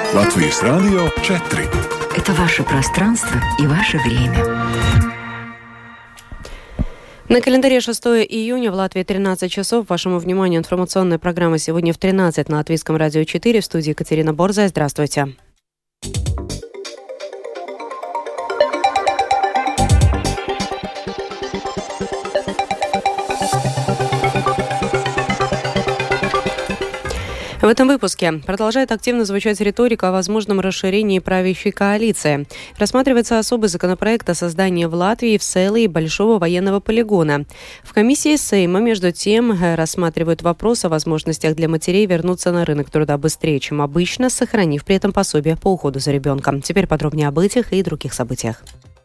Латвийс Радио 4. Это ваше пространство и ваше время. На календаре 6 июня, в Латвии 13 часов. Вашему вниманию информационная программа «Сегодня в 13» на Латвийском радио 4. В студии Екатерина Борзая. Здравствуйте. В этом выпуске продолжает активно звучать риторика о возможном расширении правящей коалиции. Рассматривается особый законопроект о создании в Латвии в Селии большого военного полигона. В комиссии Сейма, между тем, рассматривают вопрос о возможностях для матерей вернуться на рынок труда быстрее, чем обычно, сохранив при этом пособие по уходу за ребенком. Теперь подробнее об этих и других событиях.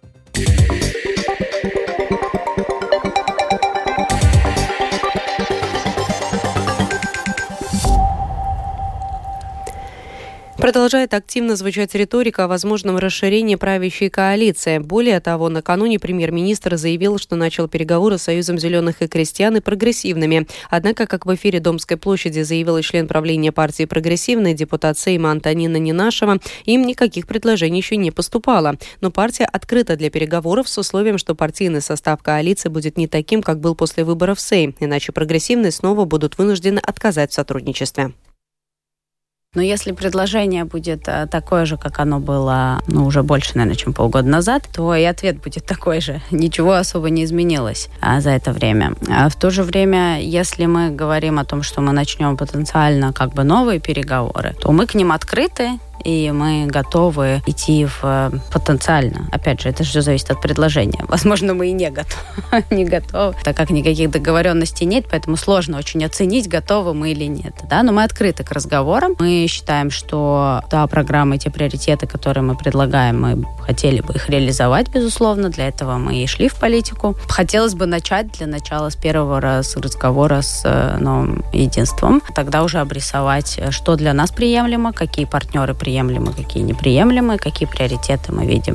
Продолжает активно звучать риторика о возможном расширении правящей коалиции. Более того, накануне премьер-министр заявил, что начал переговоры с Союзом зеленых и крестьян и прогрессивными. Однако, как в эфире Домской площади заявил член правления партии «Прогрессивный», депутат Сейма Антонина Нинашева, им никаких предложений еще не поступало. Но партия открыта для переговоров с условием, что партийный состав коалиции будет не таким, как был после выборов в Сейм, иначе прогрессивные снова будут вынуждены отказать в сотрудничестве. Но если предложение будет такое же, как оно было, уже больше, наверное, чем полгода назад, то и ответ будет такой же. Ничего особо не изменилось за это время. В то же время, если мы говорим о том, что мы начнем потенциально новые переговоры, то мы к ним открыты, и мы готовы идти в потенциально. Опять же, это же все зависит от предложения. Возможно, мы и не готовы, так как никаких договоренностей нет, поэтому сложно очень оценить, готовы мы или нет. Да? Но мы открыты к разговорам. Мы считаем, что та программа, те приоритеты, которые мы предлагаем, мы хотели бы их реализовать, безусловно. Для этого мы и шли в политику. Хотелось бы начать для начала с первого разговора с новым единством. Тогда уже обрисовать, что для нас приемлемо, какие партнеры приемлемы, какие неприемлемы, какие приоритеты мы видим.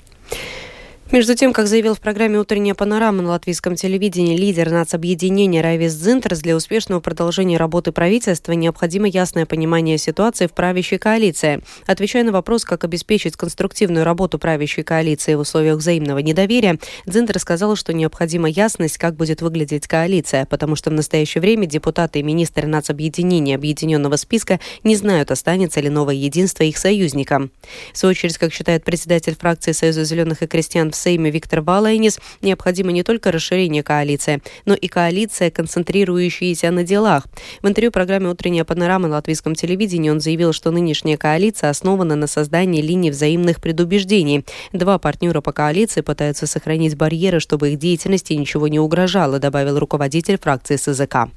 Между тем, как заявил в программе «Утренняя панорама» на латвийском телевидении лидер нацобъединения Райвис Дзинтерс, для успешного продолжения работы правительства необходимо ясное понимание ситуации в правящей коалиции. Отвечая на вопрос, как обеспечить конструктивную работу правящей коалиции в условиях взаимного недоверия, Дзинтерс сказал, что необходима ясность, как будет выглядеть коалиция, потому что в настоящее время депутаты и министры нацобъединения Объединенного списка не знают, останется ли новое единство их союзником. В свою очередь, как считает председатель фракции Союза зеленых и крестьян в Сейме Виктор Валайнис, необходимо не только расширение коалиции, но и коалиция, концентрирующаяся на делах. В интервью программе «Утренняя панорама» на латвийском телевидении он заявил, что нынешняя коалиция основана на создании линий взаимных предубеждений. Два партнера по коалиции пытаются сохранить барьеры, чтобы их деятельности ничего не угрожало, добавил руководитель фракции СЗК.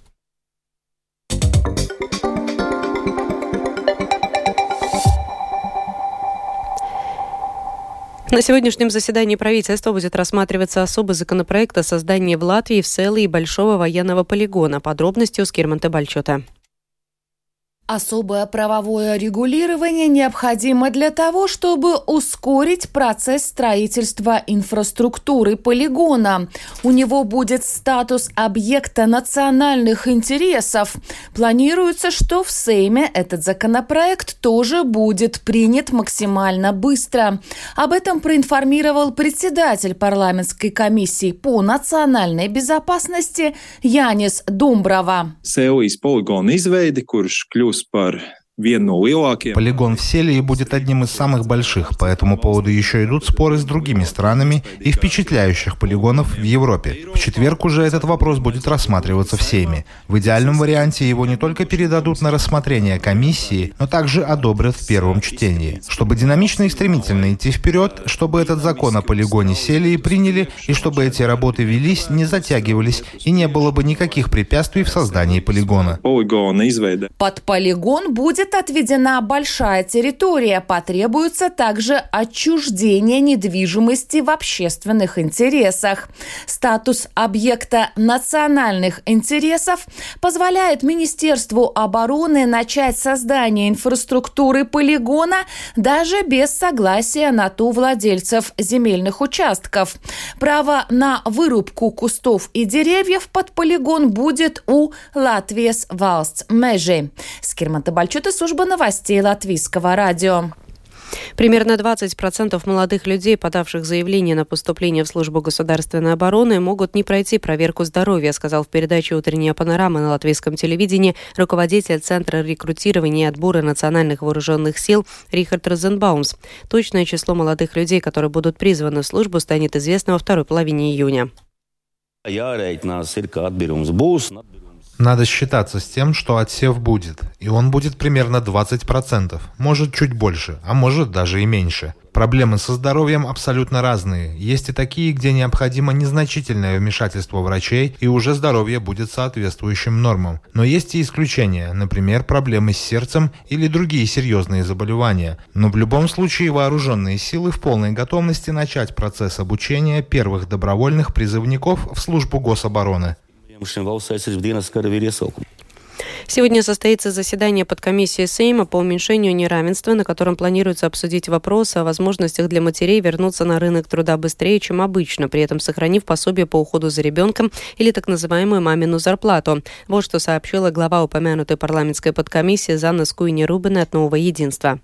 На сегодняшнем заседании правительства будет рассматриваться особый законопроект о создании в Латвии в Селии большого военного полигона. Подробности у Скирманта Бальчота. Особое правовое регулирование необходимо для того, чтобы ускорить процесс строительства инфраструктуры полигона. У него будет статус объекта национальных интересов. Планируется, что в Сейме этот законопроект тоже будет принят максимально быстро. Об этом проинформировал председатель парламентской комиссии по национальной безопасности Янис Думбрава. Селijas poligona izveidi, kurš kļūs par Полигон в Селии будет одним из самых больших, по этому поводу еще идут споры с другими странами и впечатляющих полигонов в Европе. В четверг уже этот вопрос будет рассматриваться в Сейме. В идеальном варианте его не только передадут на рассмотрение комиссии, но также одобрят в первом чтении. Чтобы динамично и стремительно идти вперед, чтобы этот закон о полигоне Селии приняли и чтобы эти работы велись, не затягивались и не было бы никаких препятствий в создании полигона. Под полигон будет отведена большая территория. Потребуется также отчуждение недвижимости в общественных интересах. Статус объекта национальных интересов позволяет Министерству обороны начать создание инфраструктуры полигона даже без согласия на то владельцев земельных участков. Право на вырубку кустов и деревьев под полигон будет у Латвijas valsts meži. Скирманта Бальчота, служба новостей Латвийского радио. Примерно 20% молодых людей, подавших заявление на поступление в службу государственной обороны, могут не пройти проверку здоровья, сказал в передаче «Утренняя панорама» на латвийском телевидении руководитель Центра рекрутирования и отбора национальных вооруженных сил Рихард Розенбаумс. Точное число молодых людей, которые будут призваны в службу, станет известно во второй половине июня. Надо считаться с тем, что отсев будет, и он будет примерно 20%, может чуть больше, а может даже и меньше. Проблемы со здоровьем абсолютно разные. Есть и такие, где необходимо незначительное вмешательство врачей, и уже здоровье будет соответствующим нормам. Но есть и исключения, например, проблемы с сердцем или другие серьезные заболевания. Но в любом случае вооруженные силы в полной готовности начать процесс обучения первых добровольных призывников в службу гособороны. Сегодня состоится заседание подкомиссии Сейма по уменьшению неравенства, на котором планируется обсудить вопрос о возможностях для матерей вернуться на рынок труда быстрее, чем обычно, при этом сохранив пособие по уходу за ребенком или так называемую мамину зарплату. Вот что сообщила глава упомянутой парламентской подкомиссии Занна Скуйни-Рубина от «Нового единства».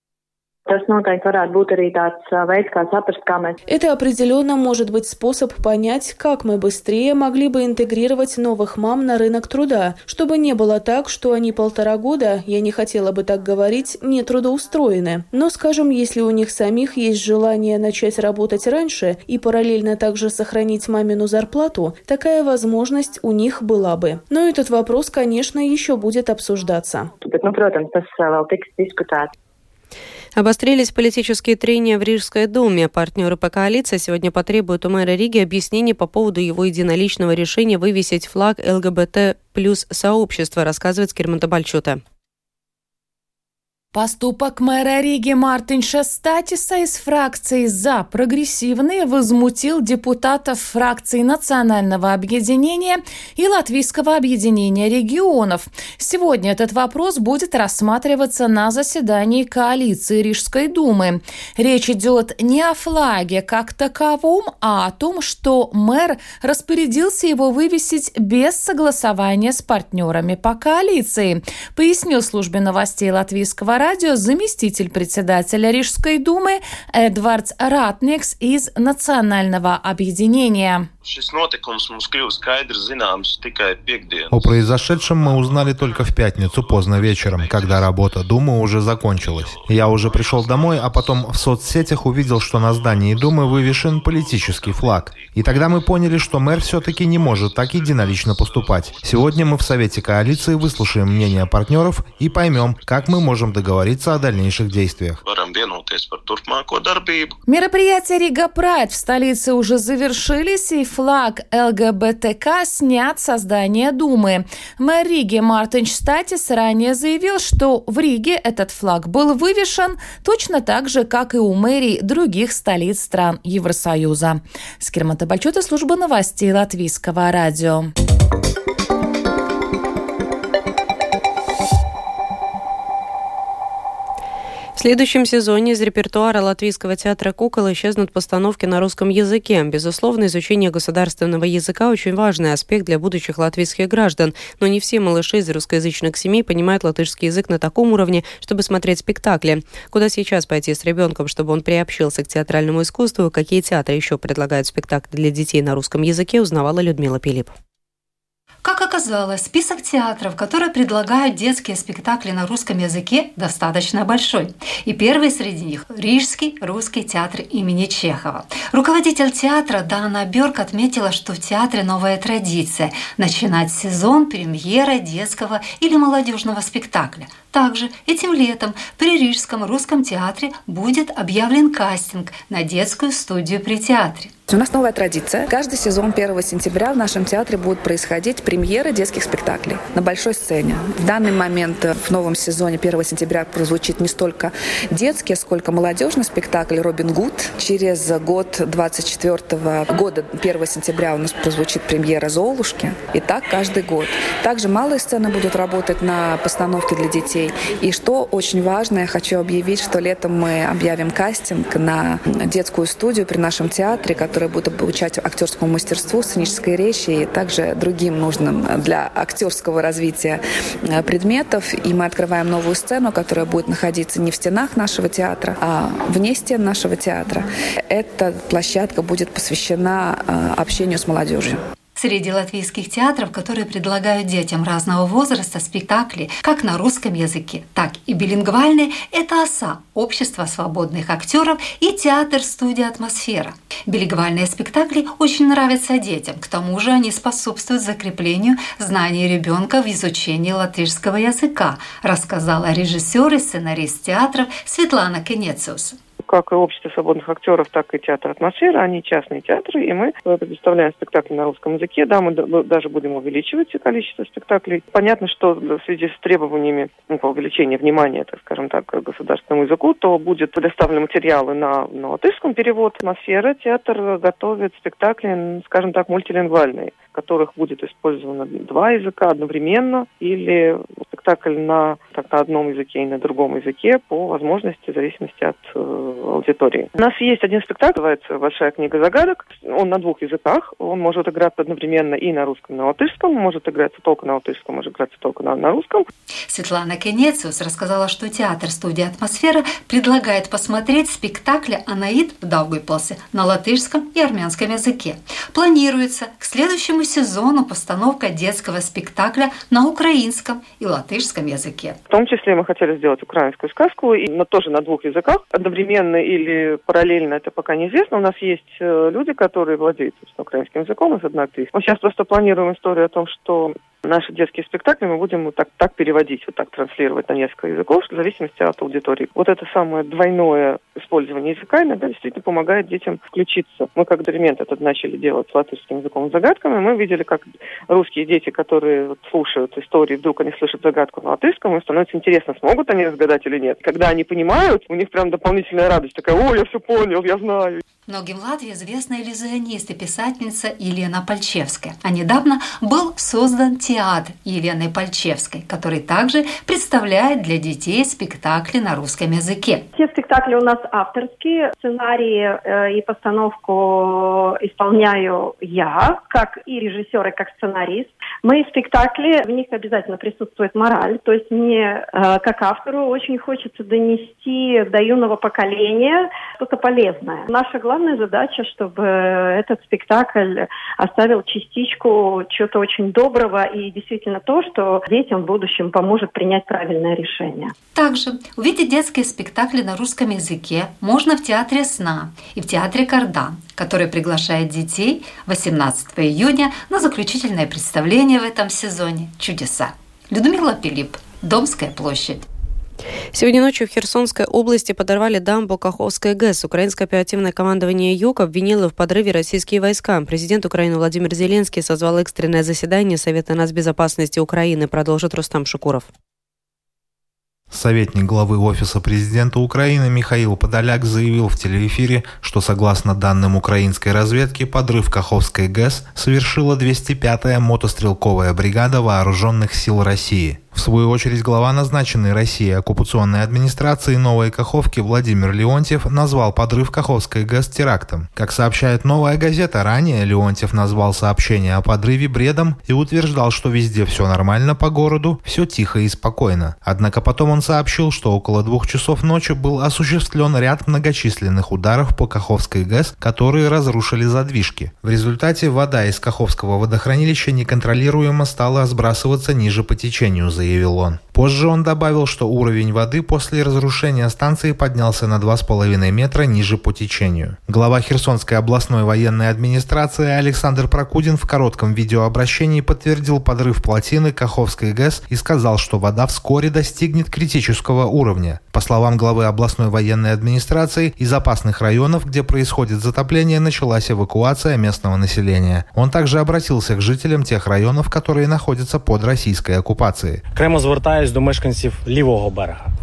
Это определенно может быть способ понять, как мы быстрее могли бы интегрировать новых мам на рынок труда, чтобы не было так, что они 1,5 года, я не хотела бы так говорить, не трудоустроены. Но, скажем, если у них самих есть желание начать работать раньше и параллельно также сохранить мамину зарплату, такая возможность у них была бы. Но этот вопрос, конечно, еще будет обсуждаться. Обострились политические трения в Рижской думе. Партнеры по коалиции сегодня потребуют у мэра Риги объяснений по поводу его единоличного решения вывесить флаг ЛГБТ плюс сообщества, рассказывает Скирманта Бальчута. Поступок мэра Риги Мартинша Статиса из фракции «За прогрессивные» возмутил депутатов фракции Национального объединения и Латвийского объединения регионов. Сегодня этот вопрос будет рассматриваться на заседании коалиции Рижской думы. Речь идет не о флаге как таковом, а о том, что мэр распорядился его вывесить без согласования с партнерами по коалиции, пояснил службе новостей Латвийского радио заместитель председателя Рижской думы Эдвардс Ратникс из Национального объединения. О произошедшем мы узнали только в пятницу поздно вечером, когда работа Думы уже закончилась. Я уже пришел домой, а потом в соцсетях увидел, что на здании Думы вывешен политический флаг. И тогда мы поняли, что мэр все-таки не может так единолично поступать. Сегодня мы в Совете коалиции выслушаем мнение партнеров и поймем, как мы можем договориться о дальнейших действиях. Мероприятия Рига Прайд в столице уже завершились, и флаг ЛГБТК снят со здания Думы. Мэр Риги Мартинш Статис ранее заявил, что в Риге этот флаг был вывешен точно так же, как и у мэрий других столиц стран Евросоюза. Скирманта Бальчута, служба новостей Латвийского радио. В следующем сезоне из репертуара Латвийского театра кукол исчезнут постановки на русском языке. Безусловно, изучение государственного языка – очень важный аспект для будущих латвийских граждан. Но не все малыши из русскоязычных семей понимают латышский язык на таком уровне, чтобы смотреть спектакли. Куда сейчас пойти с ребенком, чтобы он приобщился к театральному искусству? Какие театры еще предлагают спектакли для детей на русском языке, узнавала Людмила Пилип. Как оказалось, список театров, которые предлагают детские спектакли на русском языке, достаточно большой. И первый среди них – Рижский русский театр имени Чехова. Руководитель театра Дана Бёрк отметила, что в театре новая традиция – начинать сезон премьерой детского или молодежного спектакля. Также этим летом при Рижском русском театре будет объявлен кастинг на детскую студию при театре. У нас новая традиция. Каждый сезон 1 сентября в нашем театре будут происходить премьеры детских спектаклей на большой сцене. В данный момент в новом сезоне 1 сентября прозвучит не столько детский, сколько молодежный спектакль «Робин Гуд». Через год, 24 года, 1 сентября у нас прозвучит премьера «Золушки». И так каждый год. Также малые сцены будут работать на постановке для детей. И что очень важно, я хочу объявить, что летом мы объявим кастинг на детскую студию при нашем театре, которая будет обучать актерскому мастерству, сценической речи и также другим нужным для актерского развития предметов. И мы открываем новую сцену, которая будет находиться не в стенах нашего театра, а вне стен нашего театра. Эта площадка будет посвящена общению с молодежью. Среди латвийских театров, которые предлагают детям разного возраста спектакли как на русском языке, так и билингвальные, это ОСА – Общество свободных актеров и театр-студия «Атмосфера». Билингвальные спектакли очень нравятся детям, к тому же они способствуют закреплению знаний ребенка в изучении латышского языка, рассказала режиссер и сценарист театров Светлана Кенециус. Как и Общество свободных актеров, так и театр «Атмосфера», они частные театры, и мы предоставляем спектакли на русском языке. Да, мы даже будем увеличивать количество спектаклей. Понятно, что в связи с требованиями по увеличению внимания, так скажем так, к государственному языку, то будет предоставлены материалы на латышском перевод. «Атмосфера», театр готовит спектакли, скажем так, мультилингвальные, в которых будет использовано 2 языка одновременно, или спектакль на одном языке и на другом языке по возможности, в зависимости от аудитории. У нас есть один спектакль, называется «Большая книга загадок». Он на 2 языках. Он может играться одновременно и на русском, и на латышском. Может играться только на латышском, может играться только на русском. Светлана Кенециус рассказала, что театр-студия «Атмосфера» предлагает посмотреть спектакли «Анаид» в Даугавпилсе на латышском и армянском языке. Планируется к следующему сезону постановка детского спектакля на украинском и латышском языке. В том числе мы хотели сделать украинскую сказку, но тоже на 2 языках. Одновременно или параллельно, это пока неизвестно. У нас есть люди, которые владеют украинским языком, из одной актрисы. Мы сейчас просто планируем историю о том, что наши детские спектакли мы будем так переводить, так транслировать на несколько языков, в зависимости от аудитории. Вот это самое двойное использование языка иногда действительно помогает детям включиться. Мы как эксперимент этот начали делать с латышским языком, с загадками. Мы видели, как русские дети, которые слушают истории, вдруг они слышат загадку на латышском, им становится интересно, смогут они разгадать или нет. Когда они понимают, у них прям дополнительная радость такая: «О, я все понял, я знаю». Многим в Латвии известна иллюзионист и писательница Елена Пальчевская. А недавно был создан театр Елены Пальчевской, который также представляет для детей спектакли на русском языке. Все спектакли у нас авторские. Сценарии и постановку исполняю я, как и режиссер, и как сценарист. Мои спектакли, в них обязательно присутствует мораль. То есть мне, как автору, очень хочется донести до юного поколения что-то полезное. Наша главная задача, чтобы этот спектакль оставил частичку чего-то очень доброго и действительно то, что детям в будущем поможет принять правильное решение. Также увидеть детские спектакли на русском языке можно в Театре сна и в Театре Кардан, который приглашает детей 18 июня на заключительное представление в этом сезоне «Чудеса». Людмила Пилип, Домская площадь. Сегодня ночью в Херсонской области подорвали дамбу Каховской ГЭС. Украинское оперативное командование ЮК обвинило в подрыве российские войска. Президент Украины Владимир Зеленский созвал экстренное заседание Совета нацбезопасности Украины, продолжит Рустам Шукуров. Советник главы Офиса президента Украины Михаил Подоляк заявил в телеэфире, что согласно данным украинской разведки, подрыв Каховской ГЭС совершила 205-я мотострелковая бригада Вооруженных сил России. В свою очередь, глава назначенной Россией оккупационной администрации Новой Каховки Владимир Леонтьев назвал подрыв Каховской ГЭС терактом. Как сообщает «Новая газета», ранее Леонтьев назвал сообщение о подрыве бредом и утверждал, что везде все нормально по городу, все тихо и спокойно. Однако потом он сообщил, что около 2 часов ночи был осуществлен ряд многочисленных ударов по Каховской ГЭС, которые разрушили задвижки. В результате вода из Каховского водохранилища неконтролируемо стала сбрасываться ниже по течению, заявил он. Позже он добавил, что уровень воды после разрушения станции поднялся на 2,5 метра ниже по течению. Глава Херсонской областной военной администрации Александр Прокудин в коротком видеообращении подтвердил подрыв плотины Каховской ГЭС и сказал, что вода вскоре достигнет критического уровня. По словам главы областной военной администрации, из опасных районов, где происходит затопление, началась эвакуация местного населения. Он также обратился к жителям тех районов, которые находятся под российской оккупацией. Окремо звертаюсь до мешканців лівого берега.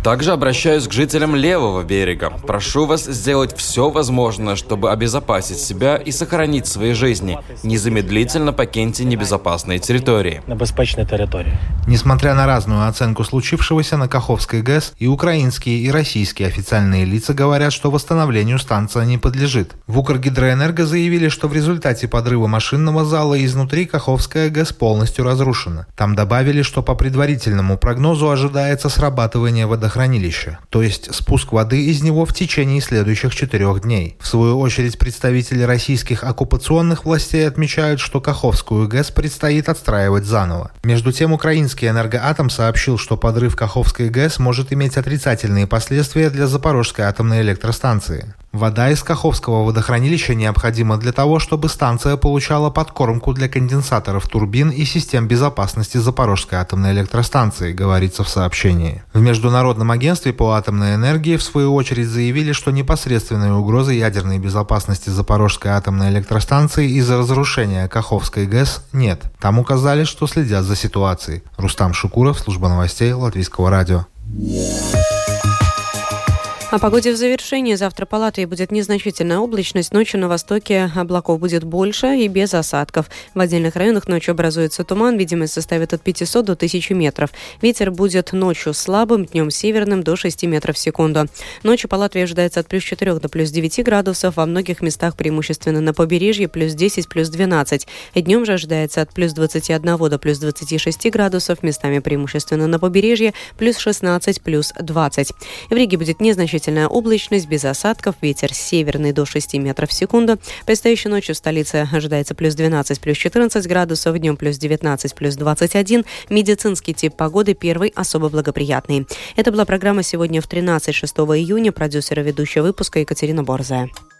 Также обращаюсь к жителям левого берега. Прошу вас сделать все возможное, чтобы обезопасить себя и сохранить свои жизни. Незамедлительно покиньте небезопасные территории. Несмотря на разную оценку случившегося на Каховской ГЭС, и украинские, и российские официальные лица говорят, что восстановлению станция не подлежит. В Укргидроэнерго заявили, что в результате подрыва машинного зала изнутри Каховская ГЭС полностью разрушена. Там добавили, что по предварительному прогнозу ожидается срабатывание водохранилища, то есть спуск воды из него в течение следующих 4 дней. В свою очередь, представители российских оккупационных властей отмечают, что Каховскую ГЭС предстоит отстраивать заново. Между тем, украинский «Энергоатом» сообщил, что подрыв Каховской ГЭС может иметь отрицательные последствия для Запорожской атомной электростанции. Вода из Каховского водохранилища необходима для того, чтобы станция получала подкормку для конденсаторов турбин и систем безопасности Запорожской атомной электростанции, говорится в сообщении. В Международном агентстве по атомной энергии в свою очередь заявили, что непосредственной угрозы ядерной безопасности Запорожской атомной электростанции из-за разрушения Каховской ГЭС нет. Там указали, что следят за ситуацией. Рустам Шукуров, служба новостей Латвийского радио. О погоде в завершении. Завтра по Латвии будет незначительная облачность. Ночью на востоке облаков будет больше и без осадков. В отдельных районах ночью образуется туман. Видимость составит от 500 до 1000 метров. Ветер будет ночью слабым, днем северным до 6 метров в секунду. Ночью по Латвии ожидается от плюс 4 до плюс 9 градусов. Во многих местах преимущественно на побережье плюс 10, плюс 12. Днем же ожидается от плюс 21 до плюс 26 градусов. Местами преимущественно на побережье плюс 16, плюс 20. В Риге будет незначительная облачность, без осадков, ветер северный до 6 метров в секунду. Предстоящей ночью в столице ожидается плюс 12, плюс 14 градусов, днем плюс 19, плюс 21. Медицинский тип погоды первый особо благоприятный. Это была программа «Сегодня в 13, 6 июня». Продюсер и ведущая выпуска Екатерина Борзая.